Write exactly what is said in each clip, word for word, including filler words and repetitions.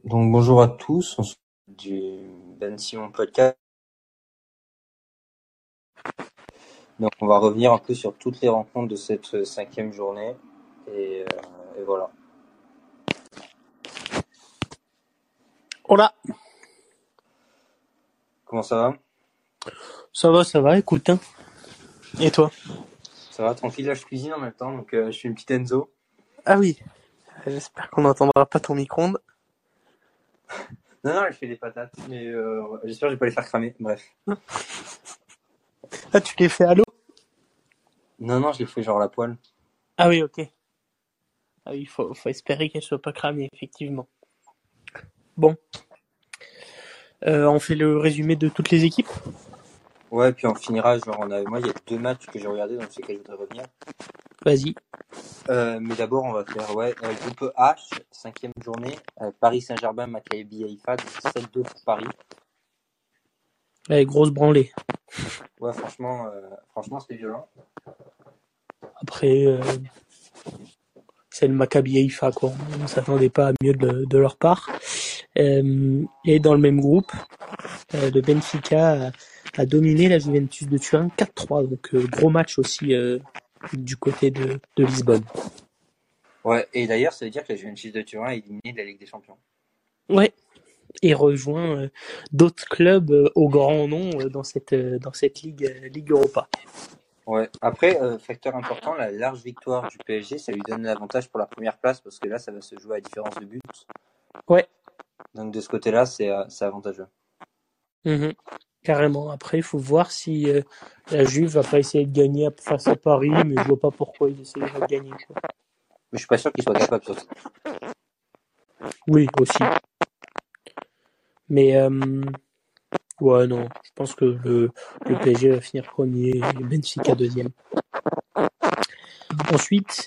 Donc bonjour à tous, on se retrouve du Ben Simon Podcast. Donc on va revenir un peu sur toutes les rencontres de cette cinquième journée et, euh, et voilà. Hola. Comment ça va? Ça va, ça va, écoute. Hein. Et toi? Ça va, tranquille, là je cuisine en même temps, donc euh, je suis une petite Enzo. Ah oui, j'espère qu'on n'entendra pas ton micro-ondes. Non, non, je fais des patates, mais euh, j'espère que je vais pas les faire cramer, bref. Ah, tu les fais à l'eau? Non, non, je les fais genre à la poêle. Ah oui, ok. Ah oui, il faut, faut espérer qu'elles soient pas cramées, effectivement. Bon. Euh, on fait le résumé de toutes les équipes? Ouais, puis on finira, genre on a, moi il y a deux matchs que j'ai regardés, donc c'est lesquels je voudrais revenir. Vas-y. Euh, mais d'abord on va faire, ouais, euh, groupe H, cinquième journée, euh, Paris Saint-Germain, Maccabi Haïfa, donc sept deux pour Paris. Allez, grosse branlée. Ouais, franchement, euh, franchement, c'était violent. Après, euh, c'est le Maccabi Haïfa, quoi. On ne s'attendait pas à mieux de, de leur part. Euh, et dans le même groupe, euh, le Benfica a, a dominé la Juventus de Turin quatre trois. Donc, euh, gros match aussi euh, du côté de, de Lisbonne. Ouais, et d'ailleurs, ça veut dire que la Juventus de Turin est éliminée de la Ligue des Champions. Ouais. Et rejoint euh, d'autres clubs euh, au grand nom euh, dans cette euh, dans cette ligue euh, Ligue Europa. Ouais. Après, euh, facteur important, la large victoire du P S G, ça lui donne l'avantage pour la première place parce que là, ça va se jouer à différence de but. Ouais. Donc de ce côté-là, c'est euh, c'est avantageux. Mmh. Carrément. Après, il faut voir si euh, la Juve va pas essayer de gagner face à Paris, mais je vois pas pourquoi ils essayeraient de gagner. Quoi. Mais je suis pas sûr qu'il soit capable surtout. Oui, aussi. Mais euh, ouais, non. Je pense que le, le P S G va finir premier et le Benfica deuxième. Ensuite,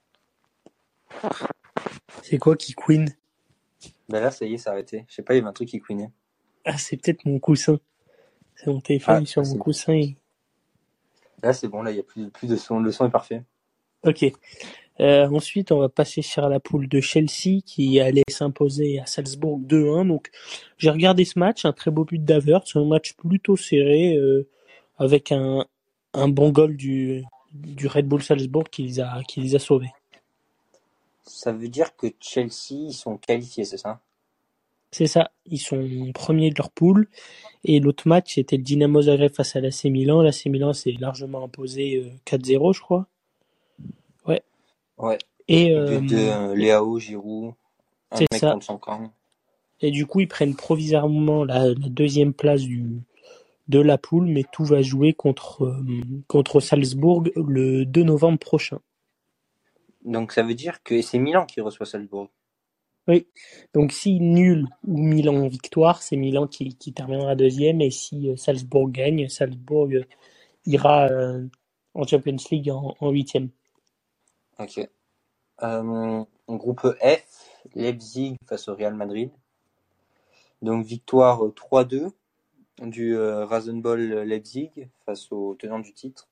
c'est quoi qui queen? Ben là, ça y est, c'est arrêté. Je sais pas, il y avait un truc qui couinait. Ah, c'est peut-être mon coussin. C'est mon téléphone Ah, est sur mon c'est... coussin. Et... Là, c'est bon, là, il y a plus, plus de son. Le son est parfait. Ok. Euh, ensuite, on va passer sur la poule de Chelsea qui allait s'imposer à Salzbourg deux un. Donc, j'ai regardé ce match, un très beau but d'Havertz, un match plutôt serré euh, avec un, un bon goal du, du Red Bull Salzbourg qui les a, qui les a sauvés. Ça veut dire que Chelsea, ils sont qualifiés, c'est ça? C'est ça, ils sont premiers de leur poule. Et l'autre match, c'était le Dynamo Zagreb face à l'A C Milan. L'A C Milan s'est largement imposé euh, quatre zéro, je crois. Ouais. Ouais. Et, But de euh, euh, et Léao, Giroud, un c'est mec ça. contre son camp. Et du coup, ils prennent provisoirement la, la deuxième place du, de la poule, mais tout va jouer contre, euh, contre Salzbourg le deux novembre prochain. Donc ça veut dire que c'est Milan qui reçoit Salzbourg. Oui. Donc si nul ou Milan victoire, c'est Milan qui, qui terminera deuxième, et si euh, Salzbourg gagne, Salzbourg euh, ira euh, en Champions League en, en huitième. Ok. Euh, groupe F, Leipzig face au Real Madrid. Donc victoire trois deux du euh, Rasenball Leipzig face au tenant du titre.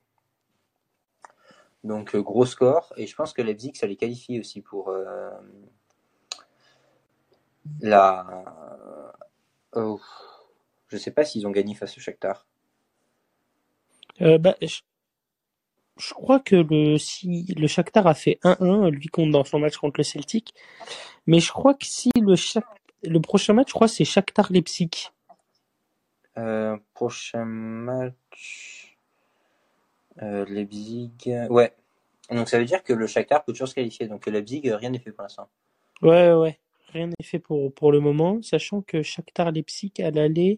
Donc euh, gros score. Et je pense que Leipzig, ça les qualifie aussi pour euh, la... Oh, je sais pas s'ils ont gagné face au Shakhtar. Euh, bah, je, je crois que le, si le Shakhtar a fait un un, lui compte dans son match contre le Celtic, mais je crois que si le, Shak- le prochain match, je crois que c'est Shakhtar-Leipzig. Euh, prochain match... Euh, Leipzig... Ouais. Donc ça veut dire que le Shakhtar peut toujours se qualifier. Donc le Leipzig, rien n'est fait pour l'instant. Ouais, ouais. Rien n'est fait pour, pour le moment, sachant que Shakhtar Leipzig, à l'aller,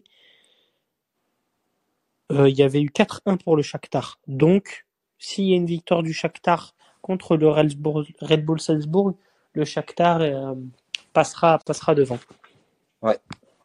euh, il y avait eu quatre un pour le Shakhtar. Donc, s'il y a une victoire du Shakhtar contre le Relsbourg- Red Bull Salzbourg, le Shakhtar euh, passera, passera devant. Ouais.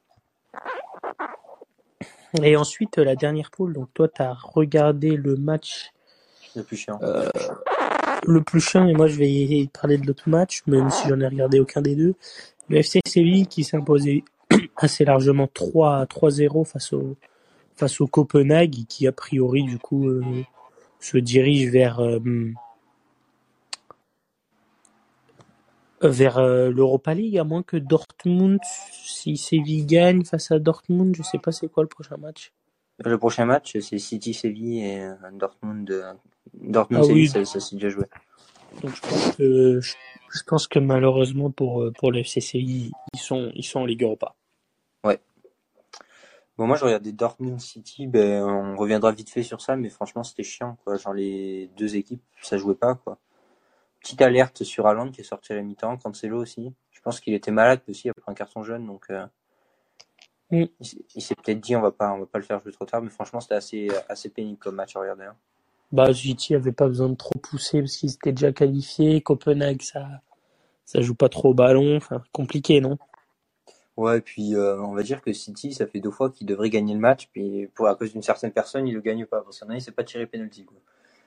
Et ensuite, la dernière poule. Donc, toi, tu as regardé le match Le plus chiant. euh, le plus chiant, et moi, je vais parler de l'autre match, même si j'en ai regardé aucun des deux. Le F C Séville qui s'est imposé assez largement trois zéro face au face au Copenhague, qui a priori du coup euh, se dirige vers euh, Euh, vers euh, l'Europa League, à moins que Dortmund, si Séville gagne face à Dortmund, je sais pas c'est quoi le prochain match. Le prochain match, c'est City-Séville et euh, Dortmund. Euh, Ah Dortmund-Séville, oui, ça, ça s'est déjà joué. donc je pense que je, je pense que malheureusement pour euh, pour le F C Séville, ils sont ils sont en Ligue Europa. Ouais. Bon, moi, je regardais Dortmund City, ben, on reviendra vite fait sur ça, mais franchement, c'était chiant, quoi. Genre, les deux équipes, ça jouait pas, quoi. Petite alerte sur Haaland qui est sorti à la mi-temps, Cancelo aussi. Je pense qu'il était malade aussi après un carton jaune, donc euh, Mm. il, s'est- il s'est peut-être dit on va pas, on va pas le faire jouer trop tard, mais franchement, c'était assez, assez pénible comme match à regarder. Hein. Bah City avait pas besoin de trop pousser parce qu'ils étaient déjà qualifiés. Copenhague, ça ça joue pas trop au ballon, enfin compliqué, non? Ouais, et puis euh, on va dire que City, ça fait deux fois qu'il devrait gagner le match, puis pour à cause d'une certaine personne, il le gagne pas. Parce qu'il y en a, il s'est pas tiré penalty, quoi.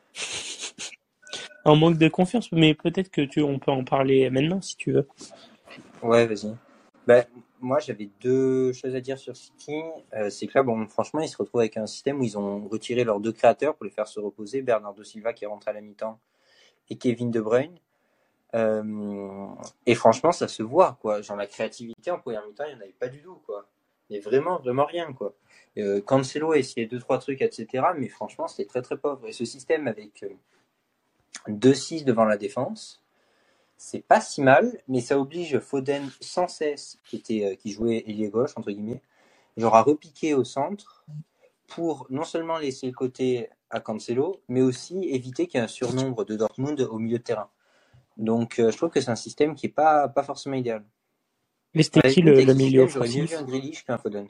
Un manque de confiance, mais peut-être que tu on peut en parler maintenant si tu veux. Ouais, vas-y. Ben, moi, j'avais deux choses à dire sur City. Euh, c'est que là, bon, franchement, ils se retrouvent avec un système où ils ont retiré leurs deux créateurs pour les faire se reposer. Bernardo Silva qui est rentré à la mi-temps et Kevin De Bruyne. Euh, et franchement, ça se voit, quoi. Genre, la créativité en première mi-temps, il n'y en avait pas du tout, quoi. Il y avait vraiment, vraiment rien, quoi. Euh, Cancelo a essayé deux, trois trucs, et cetera. Mais franchement, c'était très, très pauvre. Et ce système avec euh, deux six devant la défense, c'est pas si mal, mais ça oblige Foden sans cesse, qui, était, euh, qui jouait ailier gauche, entre guillemets, genre à repiquer au centre pour non seulement laisser le côté à Cancelo, mais aussi éviter qu'il y ait un surnombre de Dortmund au milieu de terrain. Donc euh, je trouve que c'est un système qui est pas, pas forcément idéal. Mais c'était Avec, qui le, avec le ce milieu système, j'aurais mieux vu offensif? un Grealish qu'un Foden.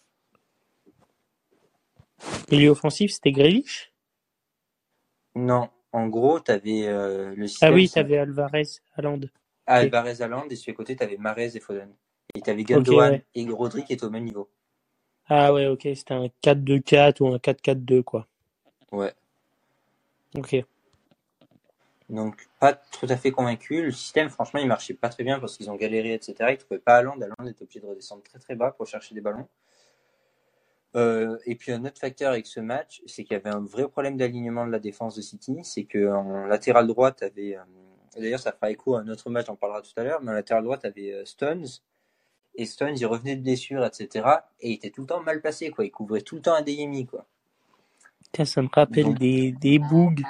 Milieu offensif, c'était Grealish? Non, en gros, tu avais euh, le Ah système, oui, c'est t'avais Alvarez, Haaland. Ok, Alvarez Haaland et sur les côtés, tu avais Mahrez et Foden. Et tu avais ok, Gundogan ouais. et Rodri qui étaient au même niveau. Ah ouais, ok, c'était un quatre deux quatre ou un quatre quatre deux, quoi. Ouais. Ok. Donc, pas tout à fait convaincu. Le système, franchement, il marchait pas très bien parce qu'ils ont galéré, et cetera. Ils trouvaient pas Haaland. Haaland était obligé de redescendre très très bas pour chercher des ballons. Euh, et puis un autre facteur avec ce match, c'est qu'il y avait un vrai problème d'alignement de la défense de City. C'est qu'en latéral droite, avait, euh, d'ailleurs ça fera écho à un autre match, on en parlera tout à l'heure, mais en latéral droite, avait euh, Stones. Et Stones, il revenait de blessure, et cetera. Et il était tout le temps mal placé, quoi. Il couvrait tout le temps Adeyemi, quoi. Tiens, ça me rappelle Donc, des, des bougs.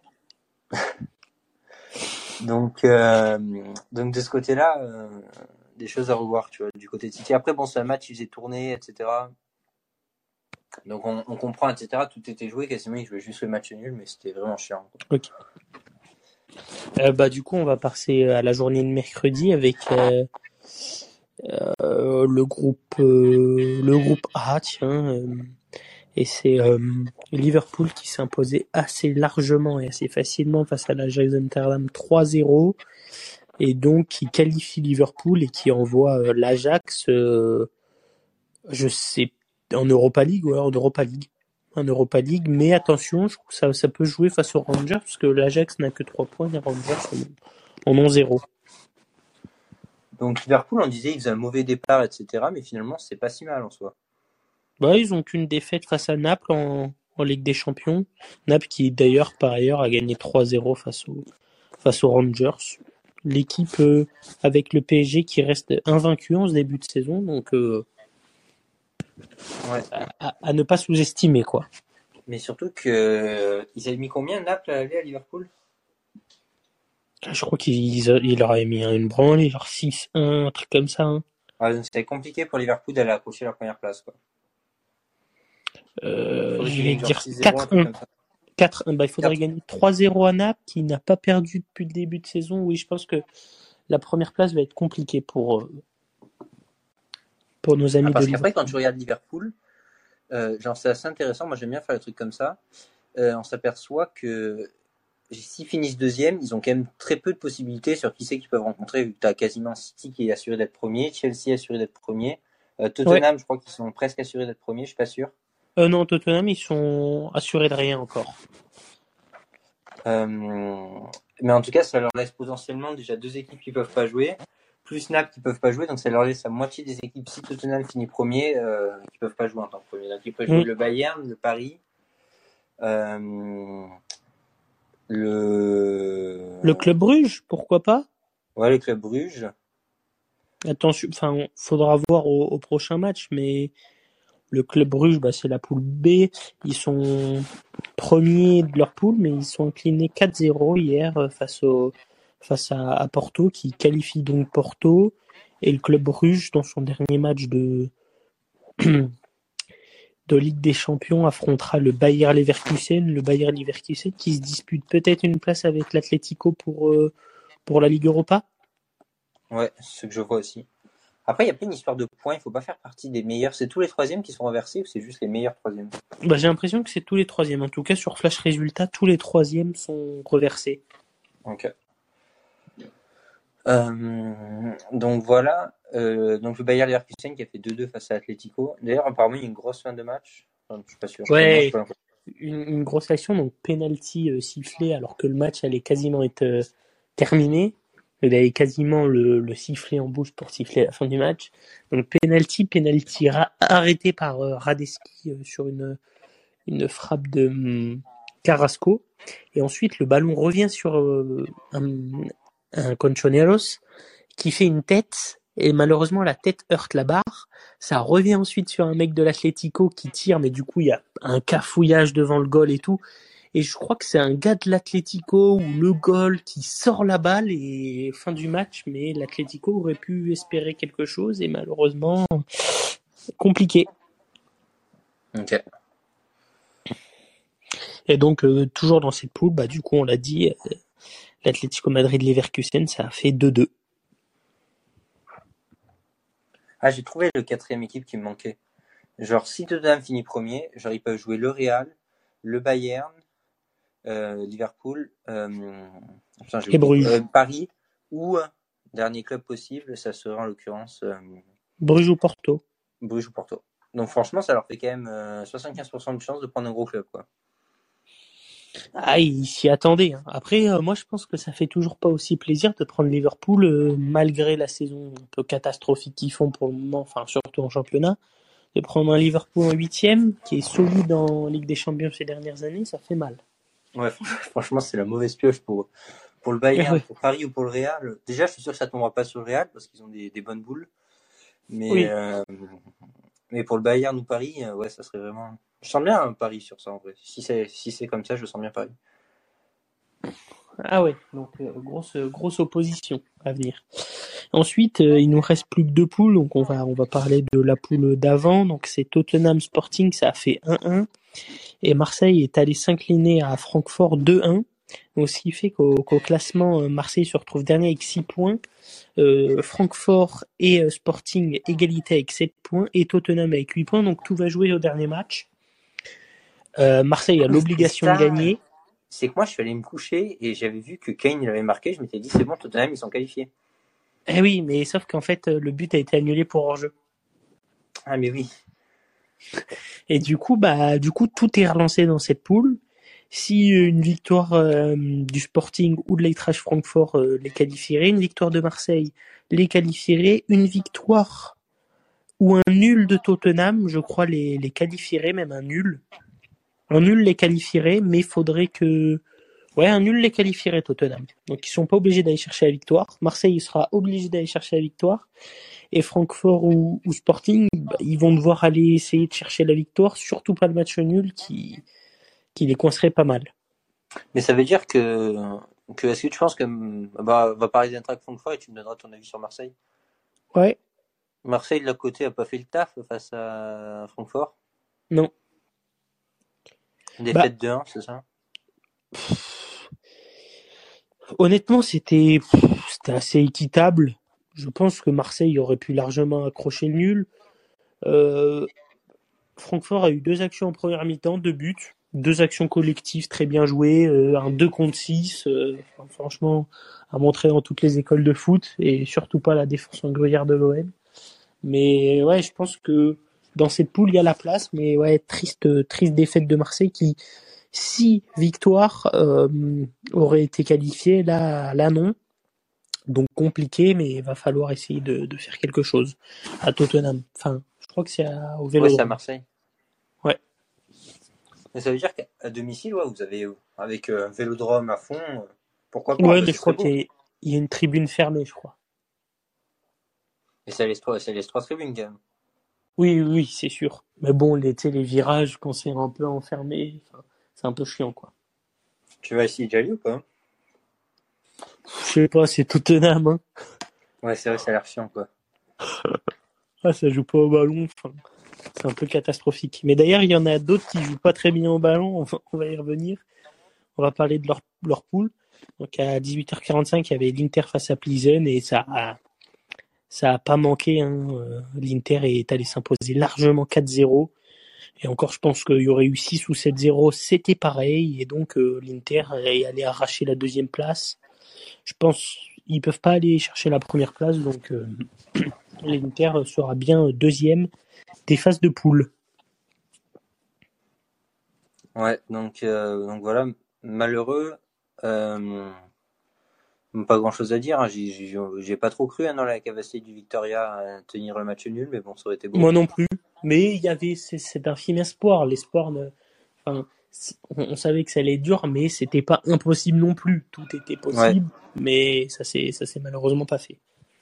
donc, euh, donc de ce côté-là, euh, des choses à revoir, tu vois, du côté de City. Après, bon, c'est un match, il faisait tourner, et cetera. Donc on, on comprend, et cetera. Tout était joué, quasiment, il jouait juste le match nul, mais c'était vraiment chiant, quoi. Ok. Euh, bah du coup, on va passer à la journée de mercredi avec euh, euh, le groupe euh, le groupe A, tiens. Euh, et c'est euh, Liverpool qui s'est imposé assez largement et assez facilement face à l'Ajax Amsterdam trois zéro. Et donc qui qualifie Liverpool et qui envoie euh, l'Ajax, euh, je sais, en Europa League, ouais, en Europa League. En Europa League, mais attention, je trouve que ça, ça peut jouer face aux Rangers, parce que l'Ajax n'a que trois points, les Rangers en, en ont zéro. Donc Liverpool, on disait, ils faisaient un mauvais départ, et cetera. Mais finalement, c'est pas si mal en soi. Bah, ils ont qu'une défaite face à Naples en, en Ligue des Champions. Naples qui, d'ailleurs, par ailleurs, a gagné trois zéro face, au, face aux Rangers. L'équipe euh, avec le P S G qui reste invaincu en ce début de saison, donc euh, Ouais. à, à ne pas sous-estimer, quoi. Mais surtout que euh, ils avaient mis combien Naples à aller à Liverpool? Je crois qu'ils ils leur avaient mis une branlée, genre six un, un truc comme ça. Hein. Ah, donc c'était compliqué pour Liverpool d'aller accrocher la première place, quoi. Euh, Faudrait je qu'ils vais gagnent genre dire six zéro, un quatre truc un. comme ça. quatre un. Bah, il faudrait quatre. gagner trois zéro à Naples, qui n'a pas perdu depuis le début de saison. Oui, je pense que la première place va être compliquée pour, euh, pour nos Ah, amis de parce qu'après, quand Liverpool. tu regardes Liverpool, euh, genre c'est assez intéressant. Moi, j'aime bien faire des trucs comme ça. Euh, on s'aperçoit que s'ils finissent deuxième, ils ont quand même très peu de possibilités sur qui c'est qu'ils peuvent rencontrer, vu que tu as quasiment City qui est assuré d'être premier, Chelsea assuré d'être premier, euh, Ouais. Tottenham, je crois qu'ils sont presque assurés d'être premier, je suis pas sûr. Euh, non, Tottenham, ils sont assurés de rien encore. Euh, mais en tout cas, ça leur laisse potentiellement déjà deux équipes qui peuvent pas jouer, plus Naples qui peuvent pas jouer, donc ça leur laisse la moitié des équipes, si Tottenham finit premier, euh, qui peuvent pas jouer en tant que premier. Donc ils peuvent jouer Mm. le Bayern, le Paris, euh, le... Le Club Bruges, pourquoi pas? Ouais, le club Bruges. Attention, enfin, faudra voir au, au prochain match, mais le club Bruges, bah, c'est la poule B. Ils sont premiers de leur poule, mais ils sont inclinés quatre zéro hier euh, face au face à, à Porto, qui qualifie donc Porto. Et le club Bruges, dans son dernier match de de Ligue des Champions, affrontera le Bayer Leverkusen, le Bayer Leverkusen qui se dispute peut-être une place avec l'Atlético pour euh, pour la Ligue Europa. Ouais, c'est ce que je vois aussi. Après, il n'y a pas une histoire de points, il ne faut pas faire partie des meilleurs. C'est tous les troisièmes qui sont reversés ou c'est juste les meilleurs troisièmes? Bah, j'ai l'impression que c'est tous les troisièmes. En tout cas, sur Flash Résultats, tous les troisièmes sont reversés. Ok. Euh, donc voilà. Euh, donc le Bayer Leverkusen qui a fait deux deux face à Atlético. D'ailleurs, apparemment, il y a une grosse fin de match. Enfin, je suis pas sûr. Moi, je suis Ouais, pas... une, une grosse action, donc penalty euh, sifflé alors que le match allait quasiment être euh, terminé. Il avait quasiment le, le sifflet en bouche pour siffler la fin du match. Donc penalty, penalty ra- arrêté par euh, Radeski euh, sur une, une frappe de hum, Carrasco. Et ensuite, le ballon revient sur euh, un, un Conchoneros qui fait une tête, et malheureusement la tête heurte la barre. Ça revient ensuite sur un mec de l'Atlético qui tire, mais du coup il y a un cafouillage devant le goal et tout. Et je crois que c'est un gars de l'Atlético ou le goal qui sort la balle et fin du match, mais l'Atlético aurait pu espérer quelque chose et malheureusement compliqué. Ok. Et donc euh, toujours dans cette poule, bah du coup on l'a dit, euh, l'Atlético Madrid-Leverkusen, ça a fait deux deux. Ah, j'ai trouvé le quatrième équipe qui me manquait. Genre, si Tottenham finit premier, genre, ils peuvent jouer le Real, le Bayern, euh, Liverpool, euh, putain, j'ai Et oublié quoi, Bruges. euh, Paris, ou, euh, dernier club possible, ça serait en l'occurrence euh, Bruges ou Porto. Bruges ou Porto. Donc franchement, ça leur fait quand même euh, soixante-quinze pour cent de chance de prendre un gros club, quoi. Ah, ils s'y attendaient. Hein. Après, euh, moi, je pense que ça fait toujours pas aussi plaisir de prendre Liverpool, euh, malgré la saison un peu catastrophique qu'ils font pour le moment, enfin, surtout en championnat. De prendre un Liverpool en huitième, qui est solide en Ligue des Champions ces dernières années, ça fait mal. Ouais, franchement, c'est la mauvaise pioche pour, pour le Eh Bayern, ouais. pour Paris ou pour le Real. Déjà, je suis sûr que ça tombera pas sur le Real parce qu'ils ont des, des bonnes boules. Mais, Oui. euh, mais pour le Bayern ou Paris, euh, ouais, ça serait vraiment. Je sens bien un Paris sur ça en vrai. Si c'est si c'est comme ça, je sens bien Paris. Ah ouais, donc euh, grosse grosse opposition à venir. Ensuite, euh, il nous reste plus que deux poules, donc on va on va parler de la poule d'avant. Donc c'est Tottenham Sporting, ça a fait un un. Et Marseille est allé s'incliner à Francfort deux un. Donc, ce qui fait qu'au, qu'au classement, Marseille se retrouve dernier avec six points. Euh, Francfort et euh, Sporting égalité avec sept points. Et Tottenham avec huit points. Donc tout va jouer au dernier match. Euh, Marseille a Et l'obligation de ça, gagner. c'est que moi, je suis allé me coucher et j'avais vu que Kane il avait marqué. Je m'étais dit, c'est bon, Tottenham, ils sont qualifiés. Eh oui, mais sauf qu'en fait, le but a été annulé pour hors-jeu. Ah, mais oui. Et du coup, bah, du coup, tout est relancé dans cette poule. Si une victoire euh, du Sporting ou de l'Eintracht Francfort euh, les qualifierait, une victoire de Marseille les qualifierait, une victoire ou un nul de Tottenham, je crois, les, les qualifierait, même un nul. Un nul les qualifierait, mais il faudrait que... Ouais, un nul les qualifierait Tottenham. Donc ils sont pas obligés d'aller chercher la victoire. Marseille sera obligé d'aller chercher la victoire. Et Francfort ou, ou Sporting, bah, ils vont devoir aller essayer de chercher la victoire, surtout pas le match nul qui, qui les coincerait pas mal. Mais ça veut dire que, que est-ce que tu penses que, bah, on va parler d'Eintracht Francfort et tu me donneras ton avis sur Marseille. Ouais, Marseille, de l'autre côté, a pas fait le taf face à Francfort. non. Bah, Défaite de un, c'est ça? honnêtement, c'était, c'était assez équitable. Je pense que Marseille aurait pu largement accrocher le nul. Euh, Francfort a eu deux actions en première mi-temps, deux buts, deux actions collectives très bien jouées, euh, un deux contre six, euh, enfin, franchement, à montrer dans toutes les écoles de foot, et surtout pas la défense en gruyère de l'O M. Mais ouais, je pense que dans cette poule, il y a la place, mais ouais, triste, triste défaite de Marseille qui, si victoire, euh, aurait été qualifiée, là, là non. Donc compliqué, mais il va falloir essayer de, de faire quelque chose à Tottenham. Enfin, je crois que c'est à- au Ouais, c'est à Vélodrome. Marseille. Ouais. Mais ça veut dire qu'à domicile, ouais, vous avez, avec euh, un vélodrome à fond, euh, pourquoi pas, Ouais, bah, mais ce je serait crois qu'il beau. y a, il y a une tribune fermée, je crois. Et ça laisse trois, ça laisse trois tribunes quand même. Oui, oui, c'est sûr. Mais bon, les, tu sais, les virages, quand c'est un peu enfermé, enfin, c'est un peu chiant, quoi. Tu vas essayer déjà aller ou pas? Je sais pas, c'est Tottenham, hein. Ouais, c'est vrai, ça a l'air chiant, quoi. Ah, ça joue pas au ballon, enfin, c'est un peu catastrophique. Mais d'ailleurs, il y en a d'autres qui jouent pas très bien au ballon, on va, on va y revenir. On va parler de leur, leur poule. Donc à dix-huit heures quarante-cinq, il y avait l'Inter face à Plizen et ça a, ça a pas manqué, hein. L'Inter est allé s'imposer largement quatre zéro. Et encore, je pense qu'il y aurait eu six ou sept zéro, c'était pareil. Et donc, euh, l'Inter est allé arracher la deuxième place. Je pense qu'ils peuvent pas aller chercher la première place. Donc, euh, l'Inter sera bien deuxième des phases de poule. Ouais, donc, euh, donc voilà, malheureux. Euh, pas grand chose à dire. Hein. J'ai, j'ai, j'ai pas trop cru hein, dans la capacité du Victoria à tenir le match nul, mais bon, ça aurait été beau. Moi non plus. Mais il y avait cet infime espoir. L'espoir, ne... enfin, on, on savait que ça allait être dur, mais c'était pas impossible non plus. Tout était Ouais. possible, mais ça s'est, ça s'est malheureusement pas fait.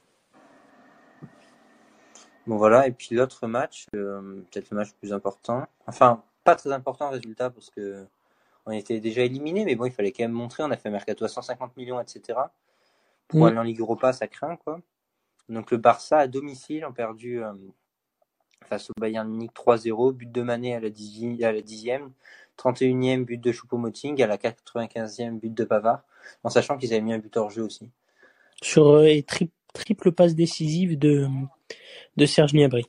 Bon voilà, et puis l'autre match, euh, peut-être le match le plus important. Enfin, pas très important résultat parce que on était déjà éliminé, mais bon, il fallait quand même montrer. On a fait un mercato à cent cinquante millions, et cetera. Pour Mm. aller en Ligue Europa, ça craint quoi. Donc le Barça à domicile ont perdu euh, face au Bayern Munich trois zéro, but de Mané à la, dix, à la dixième, trente et unième but de Choupo-Moting, à la quatre-vingt-quinzième but de Pavard, en sachant qu'ils avaient mis un but hors jeu aussi. Sur euh, et tri- triple passe décisive de de Serge Gnabry.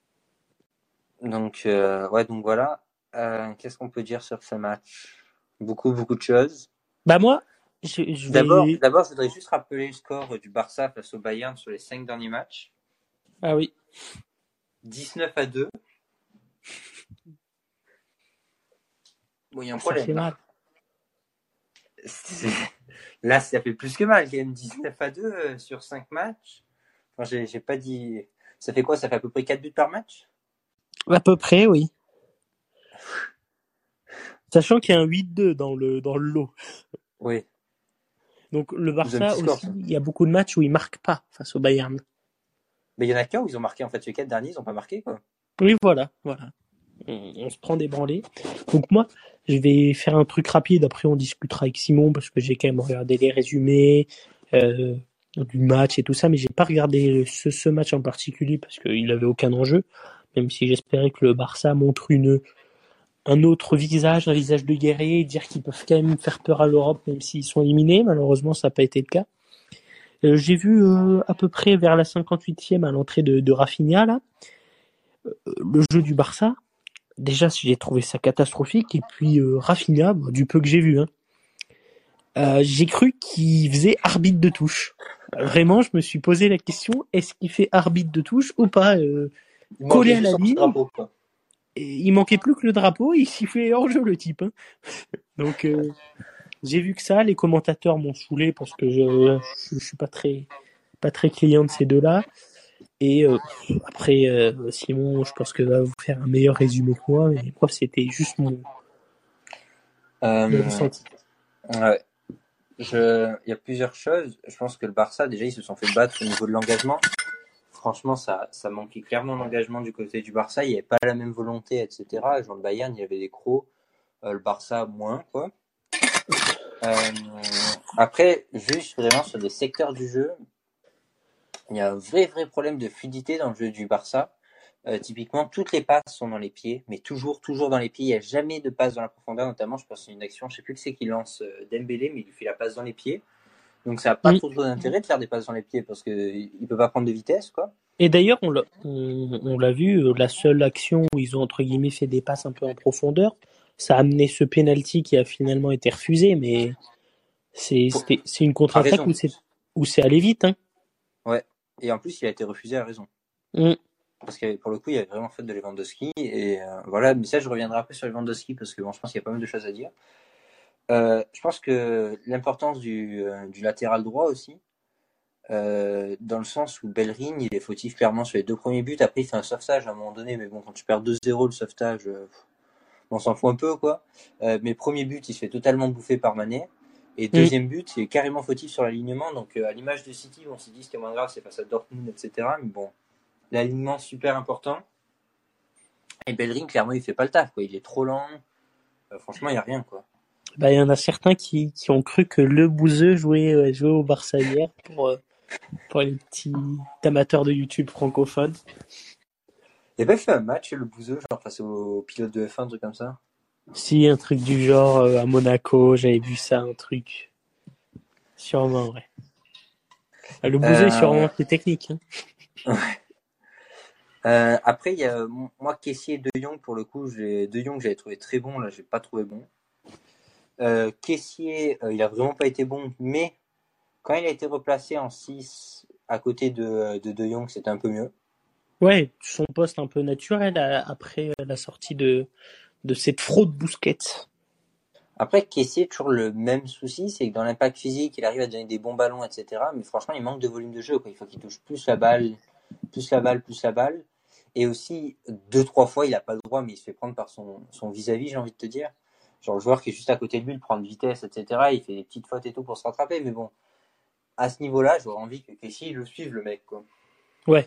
Donc euh, ouais, donc voilà. Euh, qu'est-ce qu'on peut dire sur ce match? Beaucoup, beaucoup de choses. Bah moi, je, je D'abord, vais. d'abord, je voudrais juste rappeler le score du Barça face au Bayern sur les cinq derniers matchs. Ah oui. dix-neuf à deux. Bon, il y a un Ça problème. fait mal. C'est... Là, ça fait plus que mal, quand même. dix-neuf à deux euh, sur cinq matchs. Enfin, j'ai, j'ai pas dit. Ça fait quoi? Ça fait à peu près quatre buts par match? À peu près, oui. Sachant qu'il y a un huit deux dans le dans le lot. Oui. Donc le Vous avez un Barça petit score, aussi, ça. il y a beaucoup de matchs où il marque pas face au Bayern. Mais il y en a qu'un où ils ont marqué, en fait. Les quatre derniers, ils ont pas marqué, quoi. Oui, voilà, voilà. On, on se prend des branlées. Donc moi, je vais faire un truc rapide. Après, on discutera avec Simon parce que j'ai quand même regardé les résumés euh, du match et tout ça, mais j'ai pas regardé ce, ce match en particulier parce qu'il avait aucun enjeu. Même si j'espérais que le Barça montre une un autre visage, un visage de guerrier, et dire qu'ils peuvent quand même faire peur à l'Europe même s'ils sont éliminés. Malheureusement, ça n'a pas été le cas. Euh, j'ai vu euh, à peu près vers la cinquante-huitième à l'entrée de, de Rafinha là, euh, le jeu du Barça. Déjà, j'ai trouvé ça catastrophique. Et puis euh, Rafinha, bah, du peu que j'ai vu, hein, euh, j'ai cru qu'il faisait arbitre de touche. Euh, Vraiment, je me suis posé la question, est-ce qu'il fait arbitre de touche ou pas euh, Il collé manquait à la juste son petit ligne. drapeau, quoi. Et il manquait plus que le drapeau, il sifflait hors jeu le type. Hein. Donc euh, j'ai vu que ça, les commentateurs m'ont saoulé parce que je, je, je suis pas très pas très client de ces deux-là. Et euh, après, euh, Simon, je pense que va vous faire un meilleur résumé que moi, mais moi, c'était juste mon, mon Euh, ressenti. ouais. Je... Il y a plusieurs choses. Je pense que le Barça, déjà, ils se sont fait battre au niveau de l'engagement. Franchement, ça, ça manquait clairement d'engagement du côté du Barça. Il n'y avait pas la même volonté, et cetera. Genre le Bayern, il y avait des crocs. Euh, le Barça, moins, quoi. Euh, après, juste vraiment sur des secteurs du jeu, il y a un vrai, vrai problème de fluidité dans le jeu du Barça. Euh, typiquement, toutes les passes sont dans les pieds, mais toujours, toujours dans les pieds. Il n'y a jamais de passe dans la profondeur, notamment, je pense à une action, je ne sais plus qui c'est qui lance euh, Dembélé, mais il lui fait la passe dans les pieds. Donc ça n'a pas Mm. trop, trop d'intérêt de faire des passes dans les pieds parce qu'il ne peut pas prendre de vitesse, quoi. Et d'ailleurs, on l'a, on, on l'a vu, euh, la seule action où ils ont entre guillemets fait des passes un peu en profondeur, ça a amené ce penalty qui a finalement été refusé, mais c'est, Pour... c'était, c'est une À contre-attaque raison. où c'est, où c'est allé vite. Hein. Ouais. Et en plus, il a été refusé à raison. Mm. Parce que pour le coup, il y avait vraiment fait de Lewandowski. Et euh, voilà, mais ça, je reviendrai après sur Lewandowski parce que bon, je pense qu'il y a pas mal de choses à dire. Euh, je pense que l'importance du, euh, du latéral droit aussi, euh, dans le sens où Bellerin, il est fautif clairement sur les deux premiers buts. Après, il fait un sauvetage à un moment donné, mais bon, quand tu perds deux zéro, le sauvetage, euh, on s'en fout un peu, quoi. Euh, mais premier but, il se fait totalement bouffer par Mané. Et deuxième but, il est carrément fautif sur l'alignement. Donc, euh, à l'image de City, on s'est dit ce qui est moins grave, c'est face à Dortmund, et cetera. Mais bon, l'alignement super important. Et Bellerin, clairement, il fait pas le taf, quoi. Il est trop lent. Euh, franchement, il y a rien, quoi. Bah, il y en a certains qui, qui ont cru que le Bouzeux jouait, euh, jouait au Barça hier pour, euh, pour les petits amateurs de YouTube francophones. Il a pas fait un match, le Bouzeux, genre face au pilote de F un, un truc comme ça? Si, un truc du genre euh, à Monaco, j'avais vu ça, un truc. Sûrement, ouais. Le Bouzeux est sûrement Euh, plus technique. Hein. euh, après, il y a moi, Kessié et De Jong, pour le coup, j'ai De Jong, j'avais trouvé très bon, là, j'ai pas trouvé bon. Euh, Kessié, euh, il a vraiment pas été bon, mais quand il a été replacé en six à côté de De, de Jong, c'était un peu mieux. Ouais, son poste un peu naturel à, après la sortie de, de cette fraude Busquets. Après, Kessié, toujours le même souci, c'est que dans l'impact physique, il arrive à donner des bons ballons, et cetera. Mais franchement, il manque de volume de jeu, quoi. Il faut qu'il touche plus la balle, plus la balle, plus la balle. Et aussi, deux, trois fois, il a pas le droit, mais il se fait prendre par son, son vis-à-vis, j'ai envie de te dire. Genre, le joueur qui est juste à côté de lui, il prend de vitesse, et cetera. Il fait des petites fautes et tout pour se rattraper. Mais bon, à ce niveau-là, j'aurais envie que Kessié le suive, le mec, quoi. Ouais.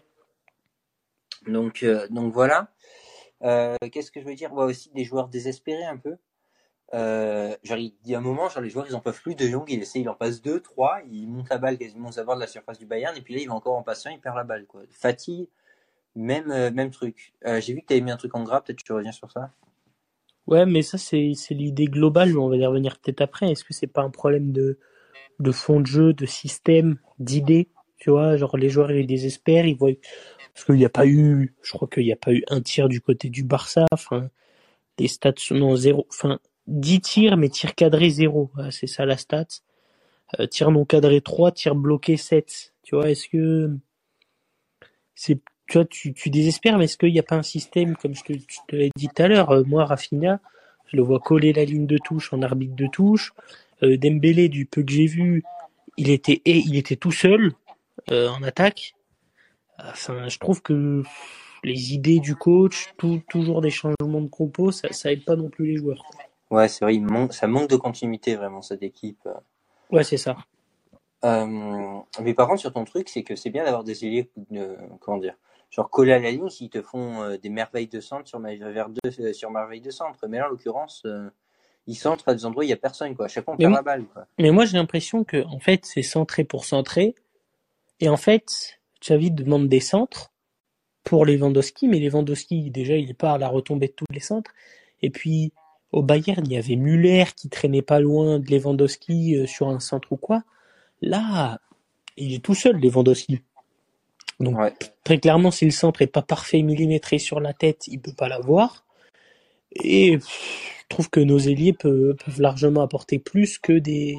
Donc, euh, donc voilà. Euh, qu'est-ce que je veux dire? Ouais, aussi des joueurs désespérés un peu. Euh, genre, il y a un moment, genre, les joueurs, ils en peuvent plus. De Jong, il essaie, il en passe deux, trois, il monte la balle quasiment aux abords de la surface du Bayern, et puis là, il va encore en passer un, il perd la balle, quoi. Fatigue, même, euh, même truc. Euh, j'ai vu que t'avais mis un truc en gras, peut-être tu reviens sur ça. Ouais, mais ça, c'est, c'est l'idée globale, mais on va y revenir peut-être après. Est-ce que c'est pas un problème de, de fond de jeu, de système, d'idée? Tu vois, genre, les joueurs, ils désespèrent, ils voient, parce qu'il n'y a pas eu, je crois qu'il n'y a pas eu un tir du côté du Barça, enfin, les stats sont, non, zéro, enfin, dix tirs, mais tirs cadrés zéro. Voilà, c'est ça la stat. Euh, tir non cadré trois, tir bloqué sept. Tu vois, est-ce que, c'est, tu vois, tu, tu désespères, mais est-ce qu'il n'y a pas un système, comme je te, je te l'ai dit tout à l'heure, euh, moi, Rafinha, je le vois coller la ligne de touche en arbitre de touche. Euh, Dembélé, du peu que j'ai vu, il était, et il était tout seul euh, en attaque. Enfin, je trouve que les idées du coach, tout, toujours des changements de compo, ça, ça aide pas non plus les joueurs. Ouais, c'est vrai, il manque, ça manque de continuité, vraiment, cette équipe. Ouais, c'est ça. Euh, mais par contre, sur ton truc, c'est que c'est bien d'avoir des ailiers, euh, comment dire, genre collés à la ligne s'ils te font euh, des merveilles de centre sur, vers deux, euh, sur merveilles de centre. Mais là, en l'occurrence, euh, ils centrent à des endroits où il n'y a personne, quoi. À chaque fois, on Mais, perd la balle, quoi. mais moi, j'ai l'impression que, en fait, c'est centré pour centrer. Et en fait, Xavi demande des centres pour Lewandowski, mais Lewandowski, déjà, il est pas à la retombée de tous les centres. Et puis, au Bayern, il y avait Müller qui traînait pas loin de Lewandowski euh, sur un centre ou quoi. Là, il est tout seul, Lewandowski. Donc, Ouais. très clairement, si le centre est pas parfait, millimétré sur la tête, il peut pas l'avoir. Et pff, je trouve que nos ailiers peuvent, peuvent largement apporter plus que des,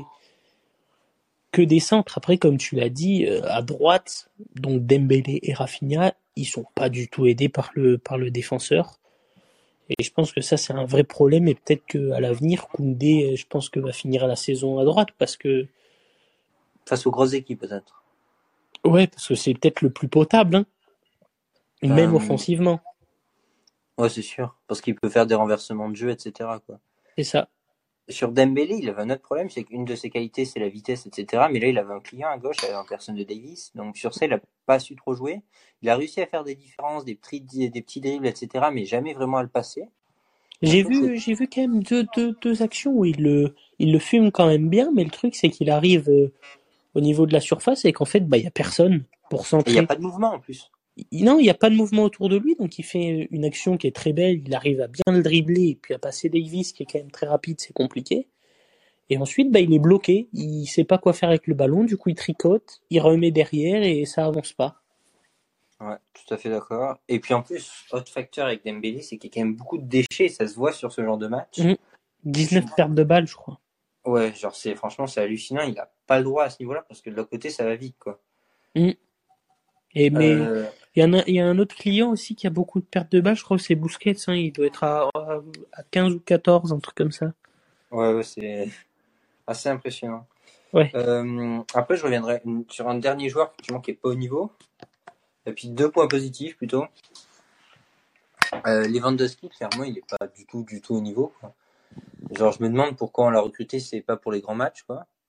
que des centres. Après, comme tu l'as dit, euh, à droite, donc Dembélé et Rafinha, ils sont pas du tout aidés par le, par le défenseur. Et je pense que ça, c'est un vrai problème. Et peut-être qu'à l'avenir, Koundé, je pense que va finir la saison à droite parce que. Face aux grosses équipes, peut-être. Ouais, parce que c'est peut-être le plus potable, hein, même Euh, offensivement. ouais, c'est sûr. Parce qu'il peut faire des renversements de jeu, et cetera, quoi. C'est ça. Sur Dembélé, il avait un autre problème, c'est qu'une de ses qualités, c'est la vitesse, et cetera. Mais là, il avait un client à gauche, en personne de Davis. Donc sur ça, il n'a pas su trop jouer. Il a réussi à faire des différences, des petits, des petits dribbles, et cetera. Mais jamais vraiment à le passer. Donc, je J'ai trouve que vu, j'ai vu quand même deux, deux, deux actions où il le, il le fume quand même bien, mais le truc, c'est qu'il arrive euh, au niveau de la surface et qu'en fait, bah, il y a personne pour il n'y a centrer. pas de mouvement en plus. Il- non, il n'y a pas de mouvement autour de lui, donc il fait une action qui est très belle. Il arrive à bien le dribbler et puis à passer Davis, qui est quand même très rapide, c'est compliqué. Et ensuite, bah, il est bloqué. Il sait pas quoi faire avec le ballon, du coup, il tricote, il remet derrière et ça avance pas. Ouais, tout à fait d'accord. Et puis en plus, autre facteur avec Dembélé, c'est qu'il y a quand même beaucoup de déchets, ça se voit sur ce genre de match. Mmh. dix-neuf pertes de balles, je crois. Ouais, genre c'est franchement c'est hallucinant, il a pas le droit à ce niveau-là parce que de l'autre côté ça va vite quoi. Mmh. Et mais Euh, il y en a, il y a un autre client aussi qui a beaucoup de pertes de balles, je crois que c'est Busquets, hein, il doit être à, à quinze ou quatorze, un truc comme ça. ouais, ouais, c'est assez impressionnant. Ouais. Euh, après je reviendrai sur un dernier joueur effectivement qui est pas au niveau. Et puis deux points positifs plutôt. Euh, Lewandowski clairement il est pas du tout du tout au niveau quoi. Genre je me demande pourquoi on l'a recruté, c'est pas pour les grands matchs quoi.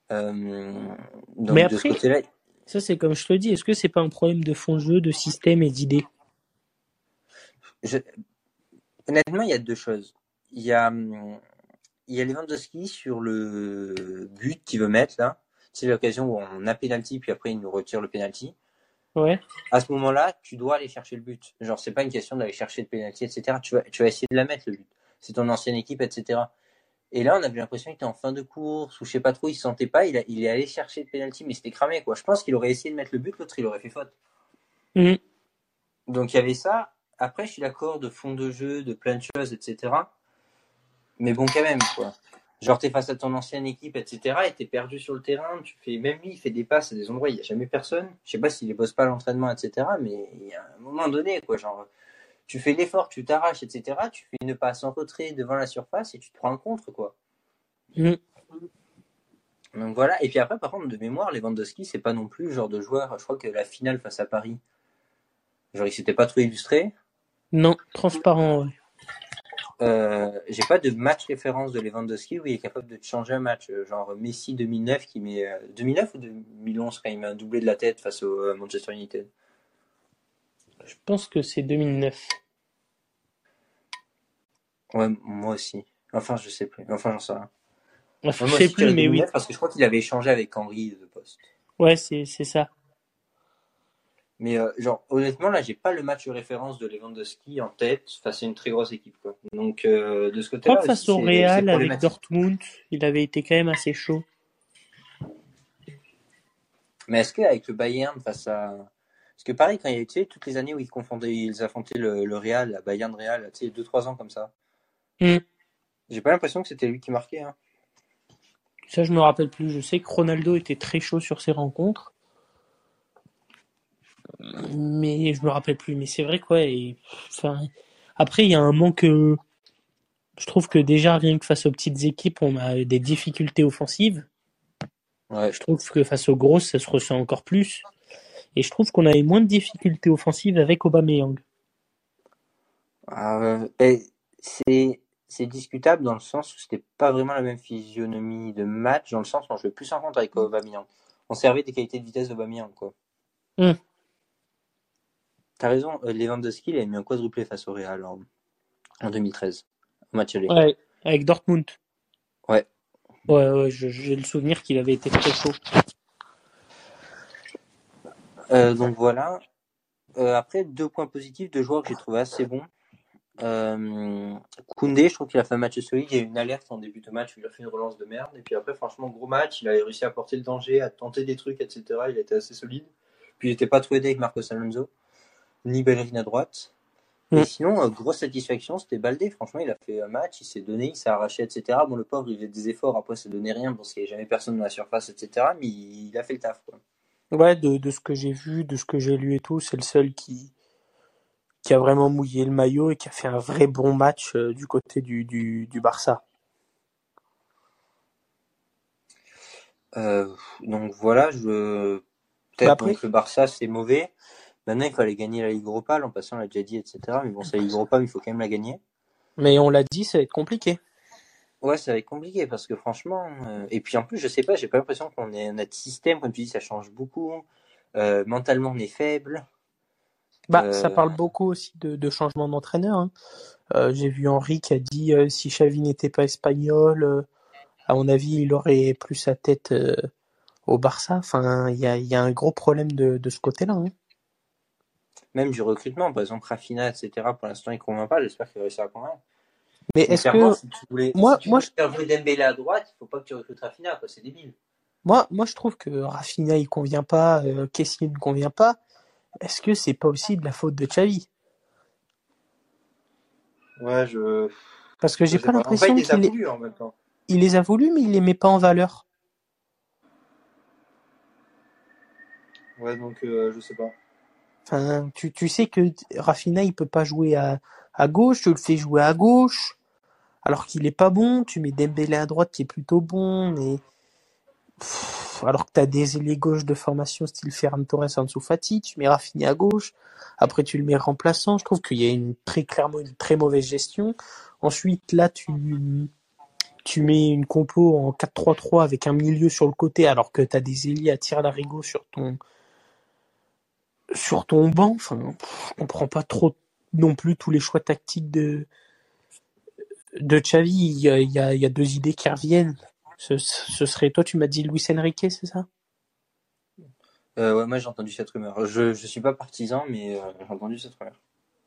Euh, Mais donc de ce après, côté-là, ça c'est comme je te dis, est-ce que c'est pas un problème de fond de jeu, de système et d'idées? je... honnêtement, il y a deux choses. Il y a, il y a Lewandowski sur le but qu'il veut mettre là. C'est l'occasion où on a penalty, puis après il nous retire le penalty. Ouais. À ce moment-là, tu dois aller chercher le but. Genre, c'est pas une question d'aller chercher le penalty, et cetera. Tu vas, tu vas essayer de la mettre le but. C'est ton ancienne équipe, et cetera. Et là, on avait l'impression qu'il était en fin de course, ou je sais pas trop, il se sentait pas, il, a, il est allé chercher le penalty, mais c'était cramé, quoi. Je pense qu'il aurait essayé de mettre le but, l'autre, il aurait fait faute. Mmh. Donc, il y avait ça. Après, je suis d'accord de fond de jeu, de plein de choses, et cetera. Mais bon, quand même, quoi. Genre, t'es face à ton ancienne équipe, et cetera. Et t'es perdu sur le terrain. Tu fais, même lui, il fait des passes à des endroits où il n'y a jamais personne. Je sais pas s'il ne bosse pas à l'entraînement, et cetera. Mais il y a un moment donné, quoi. Genre, tu fais l'effort, tu t'arraches, et cetera. Tu fais une passe en retrait devant la surface et tu te prends un contre, quoi. Mmh. Donc voilà. Et puis après, par contre, de mémoire, Lewandowski, c'est pas non plus le genre de joueur. Je crois que la finale face à Paris, genre, il s'était pas trop illustré. Non, transparent, ouais. Euh, j'ai pas de match référence de Lewandowski où il est capable de te changer un match. Genre Messi deux mille neuf qui met. deux mille neuf ou deux mille onze quand il met un doublé de la tête face au euh, Manchester United. Je pense que c'est deux mille neuf. Ouais, moi aussi. Enfin, je sais plus. Enfin, j'en sais rien. Enfin, Ouais, je moi sais aussi, je plus, dirais mais oui. deux mille neuf parce que je crois qu'il avait échangé avec Henry de poste. Ouais, c'est, c'est ça. Mais euh, genre, honnêtement, là, j'ai pas le match de référence de Lewandowski en tête face à une très grosse équipe, quoi. Donc, euh, de ce Je crois côté-là que aussi, face au c'est, c'est Real avec problématique. Dortmund, il avait été quand même assez chaud. Mais est-ce qu'avec le Bayern face à. Parce que pareil, quand il y a tu sais, toutes les années où ils confondaient, ils affrontaient le, le Real, la Bayern Real, tu sais, deux trois ans comme ça. Mmh. J'ai pas l'impression que c'était lui qui marquait, hein. Ça, je me rappelle plus. Je sais que Ronaldo était très chaud sur ces rencontres. Mais je me rappelle plus. Mais c'est vrai quoi. Et, enfin, après, il y a un manque. euh, Je trouve que déjà, rien que face aux petites équipes, on a des difficultés offensives. Ouais. Je trouve que face aux grosses, ça se ressent encore plus. Et je trouve qu'on avait moins de difficultés offensives avec Aubameyang. Euh, et c'est, c'est discutable dans le sens où c'était pas vraiment la même physionomie de match, dans le sens où on jouait plus en contre avec Aubameyang. On servait des qualités de vitesse d'Aubameyang, quoi. Mmh. T'as raison, euh, Lewandowski, il a mis un quadruplé face au Real en, en deux mille treize, au match aller. Ouais, avec Dortmund. Ouais. Ouais, ouais, je- j'ai le souvenir qu'il avait été très chaud. Euh, donc voilà. Euh, après, deux points positifs de joueurs que j'ai trouvé assez bons. Euh, Koundé, je trouve qu'il a fait un match solide. Il y a eu une alerte en début de match où il a fait une relance de merde. Et puis après, franchement, gros match. Il a réussi à porter le danger, à tenter des trucs, et cetera. Il a été assez solide. Puis il n'était pas trop aidé avec Marcos Alonso, ni Bellerin à droite. Et Mm. sinon, euh, grosse satisfaction, c'était Baldé. Franchement, il a fait un match, il s'est donné, il s'est arraché, et cetera. Bon, le pauvre, il faisait des efforts. Après, ça donnait rien parce qu'il n'y avait jamais personne dans la surface, et cetera. Mais il a fait le taf, quoi. Ouais, de, de ce que j'ai vu, de ce que j'ai lu et tout, c'est le seul qui, qui a vraiment mouillé le maillot et qui a fait un vrai bon match euh, du côté du, du, du Barça. Euh, donc voilà, je... Bah peut-être après, donc le Barça, c'est mauvais. Maintenant, il fallait gagner la Ligue Europa. L'an passé, on l'a déjà dit, et cetera. Mais bon, c'est la Ligue Europa, mais il faut quand même la gagner. mais on l'a dit, ça va être compliqué. Ouais, ça va être compliqué parce que franchement. euh, Et puis en plus, je sais pas, j'ai pas l'impression qu'on est notre système, comme tu dis, ça change beaucoup. Euh, mentalement, on est faible. Bah, ça Euh, parle beaucoup aussi de, de changement d'entraîneur. Hein. Euh, j'ai vu Henri qui a dit euh, si Xavi n'était pas espagnol, euh, à mon avis, il aurait plus sa tête euh, au Barça. Enfin, il y a, y a un gros problème de, de ce côté-là. Hein. Même du recrutement, par exemple, Rafinha, et cetera. Pour l'instant, il convainc pas. J'espère qu'il réussira à convaincre. Mais Mais est-ce clairement, que si tu voulais, si moi, tu moi, voulais je, faire jouer Dembélé à droite, il faut pas que tu recrutes Rafinha, quoi. C'est débile. moi, moi, je trouve que Rafinha il convient pas, euh, Kessié ne convient pas. Est-ce que c'est pas aussi de la faute de Xavi? Ouais, je, Parce que je j'ai sais pas pas. En fait, il l'impression les a qu'il est... voulu en même temps. il les a voulu, mais il les met pas en valeur. Ouais, donc euh, je sais pas. Enfin, tu, tu sais que Rafinha il peut pas jouer à, à gauche, tu le fais jouer à gauche, alors qu'il est pas bon. Tu mets Dembélé à droite qui est plutôt bon, mais pff, alors que t'as des ailiers gauche de formation style Ferran Torres, Ansu Fati, tu mets Rafinha à gauche. Après tu le mets remplaçant. Je trouve qu'il y a une très clairement une très mauvaise gestion. Ensuite là tu tu mets une compo en quatre trois trois avec un milieu sur le côté alors que t'as des ailiers à tir larigot sur ton sur ton banc. Enfin, pff, je comprends pas trop non plus tous les choix tactiques de de Xavi. Il y a, il y a, il y a deux idées qui reviennent. Ce, ce serait toi, tu m'as dit Luis Enrique, c'est ça? Euh, ouais, moi j'ai entendu cette rumeur. Je je suis pas partisan, mais euh, j'ai entendu cette rumeur.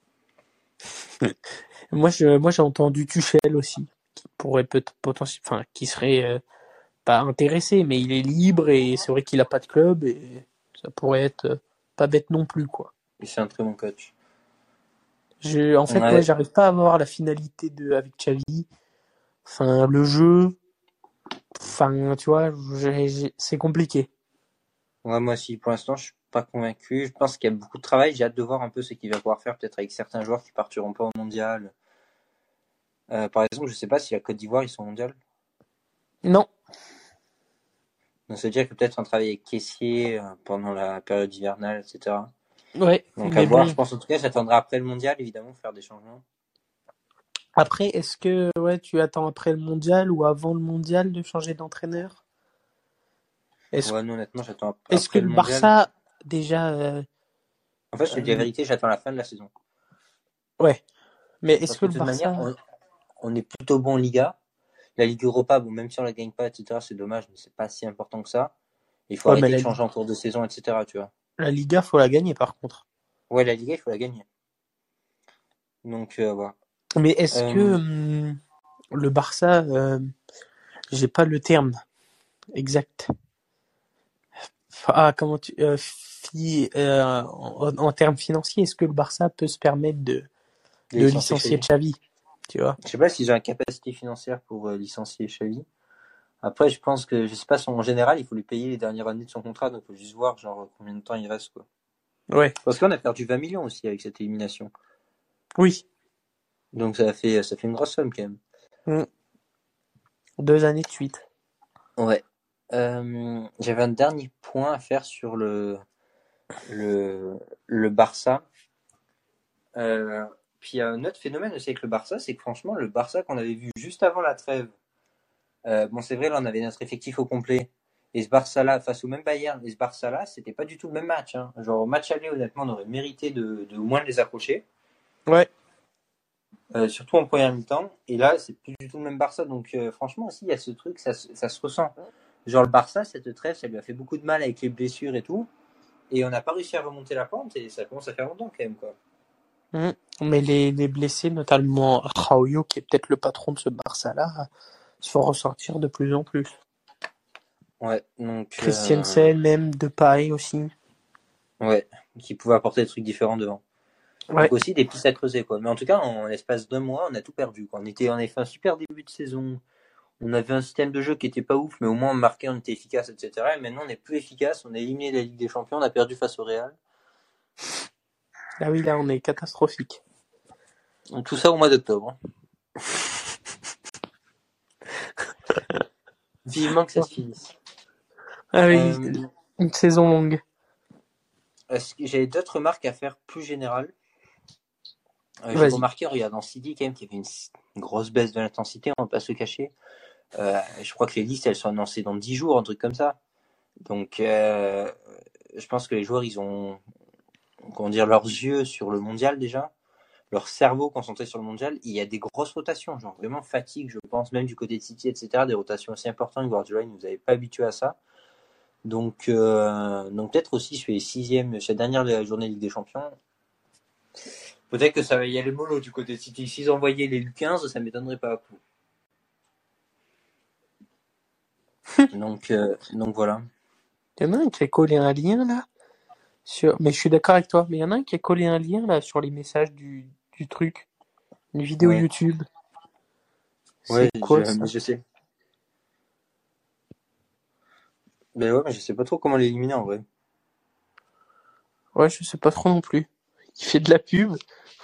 Moi, je, moi, j'ai entendu Tuchel aussi, qui pourrait peut-être potentiellement, enfin, qui serait euh, pas intéressé, mais il est libre et c'est vrai qu'il a pas de club et ça pourrait être euh, pas bête non plus, quoi. Et c'est un très bon coach. Je, en fait, ouais, Ouais, j'arrive pas à voir la finalité de avec Xavi. Enfin, le jeu, enfin, tu vois, j'ai- j'ai- c'est compliqué. ouais, moi aussi, pour l'instant, je suis pas convaincu. Je pense qu'il y a beaucoup de travail. J'ai hâte de voir un peu ce qu'il va pouvoir faire, peut-être avec certains joueurs qui partiront pas au mondial. Euh, par exemple, je sais pas si la Côte d'Ivoire ils sont au mondial. Non, Donc ça veut dire que peut-être un travail avec Caissier euh, pendant la période hivernale, et cetera. ouais, Donc à mais voir. Je bon. pense en tout cas, j'attendrai après le mondial, évidemment, faire des changements. Après, est-ce que ouais, tu attends après le mondial ou avant le mondial de changer d'entraîneur? Est-ce Ouais, non, honnêtement, j'attends ap- est-ce que après le le mondial. Barça déjà euh, En fait, je te dis la euh, vérité, j'attends la fin de la saison. ouais, mais est-ce Parce que que le de toute manière, Barça on, on est plutôt bon en Liga. La Ligue Europa, bon, même si on la gagne pas, et cetera, c'est dommage, mais c'est pas si important que ça. Il faut ouais, mais arrêter de la, changer en cours de saison, et cetera, tu vois. la Liga faut la gagner par contre. Ouais, la Liga, il faut la gagner. Donc, euh, voilà. Mais est-ce que Euh, hum, le Barça euh, j'ai pas le terme exact. Ah, comment tu euh, fi- euh, en, en termes financiers, est-ce que le Barça peut se permettre de les de licenciés licencier Xavi. Xavi, tu vois? Je sais pas si j'ai une capacité financière pour euh, licencier Xavi. Après, je pense que, je sais pas, en général, il faut lui payer les dernières années de son contrat, donc il faut juste voir, genre, combien de temps il reste, quoi. Ouais. Parce qu'on a perdu vingt millions aussi avec cette élimination. Oui. Donc ça fait, ça fait une grosse somme, quand même. Mm. Deux années de suite. Ouais. Euh, j'avais un dernier point à faire sur le, le, le Barça. Euh, puis il y a un autre phénomène aussi avec le Barça, c'est que franchement, le Barça qu'on avait vu juste avant la trêve, euh, bon, c'est vrai, là, on avait notre effectif au complet. Et ce Barça-là, face au même Bayern, et ce Barça-là, c'était pas du tout le même match. Hein. Genre, au match aller, honnêtement, on aurait mérité de, de au moins de les accrocher. Ouais. Euh, surtout en première mi-temps. Et là, c'est plus du tout le même Barça. Donc, euh, franchement, aussi, il y a ce truc, ça, ça se ressent. Genre, le Barça, cette trêve, ça lui a fait beaucoup de mal avec les blessures et tout. Et on n'a pas réussi à remonter la pente. Et ça commence à faire longtemps, quand même, quoi. Mm. Mais les, les blessés, notamment Raúl, qui est peut-être le patron de ce Barça-là, se font ressortir de plus en plus. Ouais, donc, euh, Christiansen, même Depay aussi. ouais, qui pouvait apporter des trucs différents devant. Ouais. Donc aussi des pistes à creuser, quoi. Mais en tout cas, en l'espace d'un mois, on a tout perdu, quoi. On était, on avait fait un super début de saison. On avait un système de jeu qui était pas ouf, mais au moins on marquait, on était efficace, et cetera. Et maintenant, on est plus efficace. On a éliminé la Ligue des Champions, on a perdu face au Real. Ah oui, là, on est catastrophique. Donc tout ça au mois d'octobre. Vivement que ça se finisse. Ah oui, Euh, une saison longue. est-ce que j'avais d'autres remarques à faire plus générales. Euh, j'ai Vas-y. remarqué en regardant City quand même qu'il y avait une, une grosse baisse de l'intensité, on va pas se le cacher. Euh, je crois que les listes elles sont annoncées dans dix jours, un truc comme ça. Donc euh, je pense que les joueurs ils ont comment dire leurs yeux sur le mondial déjà, leur cerveau concentré sur le mondial. Il y a des grosses rotations, genre vraiment fatigue, je pense même du côté de City, et cetera. Des rotations aussi importantes. Guardiola, il nous avait pas habitués à ça. Donc euh, donc peut-être aussi je fais sixième, cette dernière journée de Ligue des Champions. Peut-être que ça va y aller mollo du côté de City. S'ils envoyaient les U quinze, ça m'étonnerait pas. Donc, euh, donc voilà. Il y en a un qui a collé un lien là. Sur... Mais je suis d'accord avec toi. Mais il y en a un qui a collé un lien là sur les messages du, du truc. Une vidéo Ouais, YouTube. ouais, C'est je, quoi mais ça? je sais. Mais ouais, mais je sais pas trop comment l'éliminer en vrai. Ouais, je sais pas trop non plus. Il fait de la pub.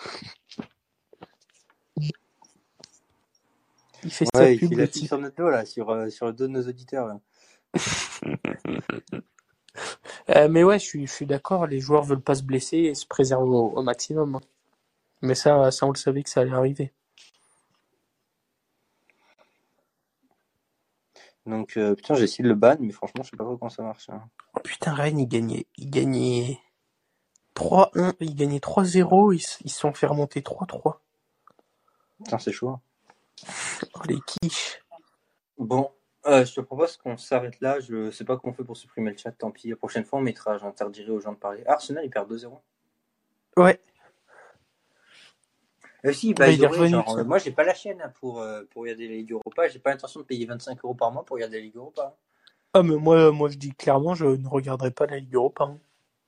Il fait sa Ouais, il pub fait la le pub type. sur notre dos là, sur, euh, sur le dos de nos auditeurs là. Euh, mais ouais, je suis, je suis d'accord. Les joueurs veulent pas se blesser et se préserver au, au maximum. Hein. Mais ça, ça, on le savait que ça allait arriver. Donc, euh, putain, j'ai essayé de le ban, mais franchement, je sais pas trop comment ça marche. Hein. Oh putain, Rennes, ils gagnaient, ils gagnaient trois un, ils gagnaient trois zéro, ils se sont fait remonter trois trois. Putain, c'est chaud. Hein. Oh, les quiches. Bon, euh, je te propose qu'on s'arrête là. Je sais pas comment on fait pour supprimer le chat, tant pis. La prochaine fois, on mettra, j'interdirai aux gens de parler. Arsenal, il perd deux zéro. Ouais. Euh, si, Bah, by il the est way, revenu, genre, tiens. euh, moi, j'ai pas la chaîne hein, pour, euh, pour regarder la Ligue Europa. J'ai pas l'intention de payer vingt-cinq euros par mois pour regarder la Ligue Europa. Hein. Ah, mais moi, moi, je dis clairement, je ne regarderai pas la Ligue Europa. Hein.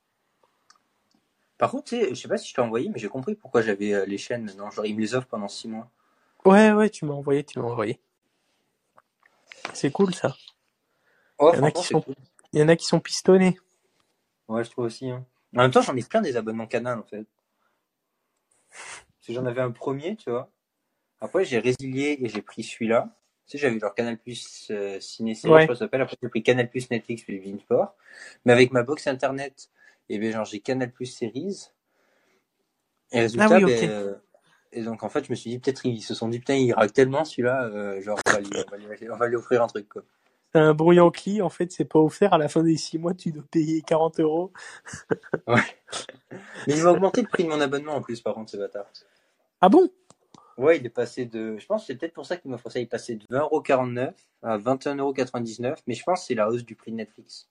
Par contre, tu sais, je sais pas si je t'ai envoyé, mais j'ai compris pourquoi j'avais euh, les chaînes maintenant. Genre, ils me les offrent pendant six mois. Ouais, ouais, tu m'as envoyé, tu m'as envoyé. C'est cool, ça. Ouais, Il y en a franchement, qui c'est sont, cool. il y en a qui sont pistonnés. Ouais, je trouve aussi. Hein. En même temps, j'en ai plein des abonnements Canal, en fait. Parce que j'en avais un premier, tu vois. Après, j'ai résilié et j'ai pris celui-là. Tu sais, j'avais genre Canal Plus euh, Ciné-Série, je crois Ouais. que ça s'appelle. Après, j'ai pris Canal Plus Netflix puis Beansport. Mais avec ma box internet, et bien, genre, j'ai Canal Plus Series. Et Ah résultat, oui, ben. ok. Euh, et donc, en fait, je me suis dit, peut-être ils se sont dit, putain, il râle tellement celui-là, euh, genre, on va, lui, on, va lui, on va lui offrir un truc, quoi. C'est un brouillon cli, en fait, c'est pas offert. À la fin des six mois, tu dois payer quarante euros. Ouais. Mais il m'a augmenté le prix de mon abonnement en plus, par contre, ce bâtard. Ah bon? Ouais, il est passé de. Je pense que c'est peut-être pour ça qu'il m'offre ça. Il est passé de vingt euros quarante-neuf à vingt et un euros quatre-vingt-dix-neuf. Mais je pense que c'est la hausse du prix de Netflix.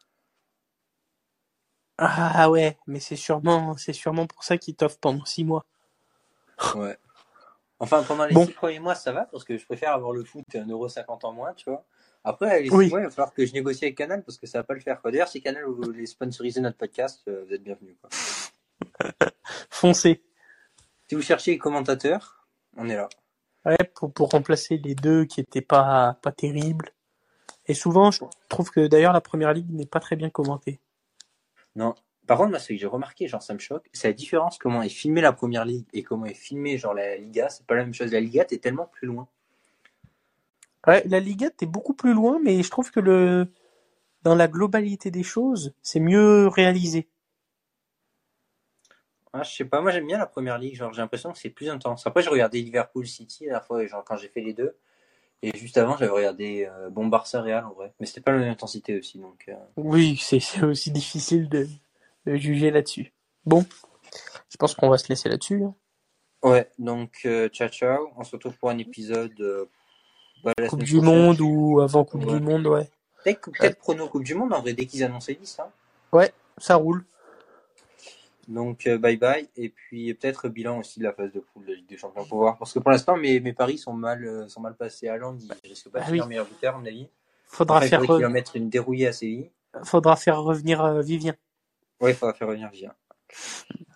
Ah ouais, mais c'est sûrement, c'est sûrement pour ça qu'ils t'offrent pendant six mois. Ouais. Enfin, pendant les Bon, six premiers mois, ça va parce que je préfère avoir le foot et un euro cinquante en moins, tu vois. Après, les six oui, mois, il va falloir que je négocie avec Canal parce que ça va pas le faire. Quoi. D'ailleurs, si Canal vous voulez sponsoriser notre podcast, euh, vous êtes bienvenus. Quoi. foncez. Si vous cherchez les commentateurs, on est là. Ouais, pour, pour remplacer les deux qui étaient pas, pas terribles. Et souvent, je trouve que d'ailleurs la première ligue n'est pas très bien commentée. Non. Par contre, moi, ce que j'ai remarqué, genre, ça me choque, c'est la différence comment est filmée la première ligue et comment est filmée, genre, la Liga. C'est pas la même chose. La Liga, t'es tellement plus loin. Ouais, la Liga est beaucoup plus loin, mais je trouve que le, dans la globalité des choses, c'est mieux réalisé. Ah, je sais pas, moi j'aime bien la première ligue, genre j'ai l'impression que c'est plus intense. Après, j'ai regardé Liverpool City la dernière fois, genre quand j'ai fait les deux. Et juste avant, j'avais regardé euh, bon Barça Real en vrai. Mais c'était pas la même intensité aussi, donc. Euh... Oui, c'est, c'est aussi difficile de, de juger là-dessus. Bon, je pense qu'on va se laisser là-dessus. Hein. Ouais, donc euh, ciao ciao. On se retrouve pour un épisode euh, bah, la Coupe semaine du prochaine. Monde ou avant Coupe Ouais. du Monde, ouais. Peut-être, Euh, peut-être prono Coupe du Monde en vrai, dès qu'ils annoncent les listes. Hein. ouais, ça roule. Donc euh, bye bye. Et puis peut-être bilan aussi de la phase de poule de Ligue des Champions pour voir. Parce que pour l'instant, mes, mes paris sont mal, euh, sont mal passés à Londres. Il risque pas Ah de oui, finir meilleur buteur, à mon avis. faudra Enfin, il faire, faudrait qu'il re- en mette une dérouillée à Séville. faudra faire revenir euh, Vivien. Ouais, il faudra faire revenir Villa.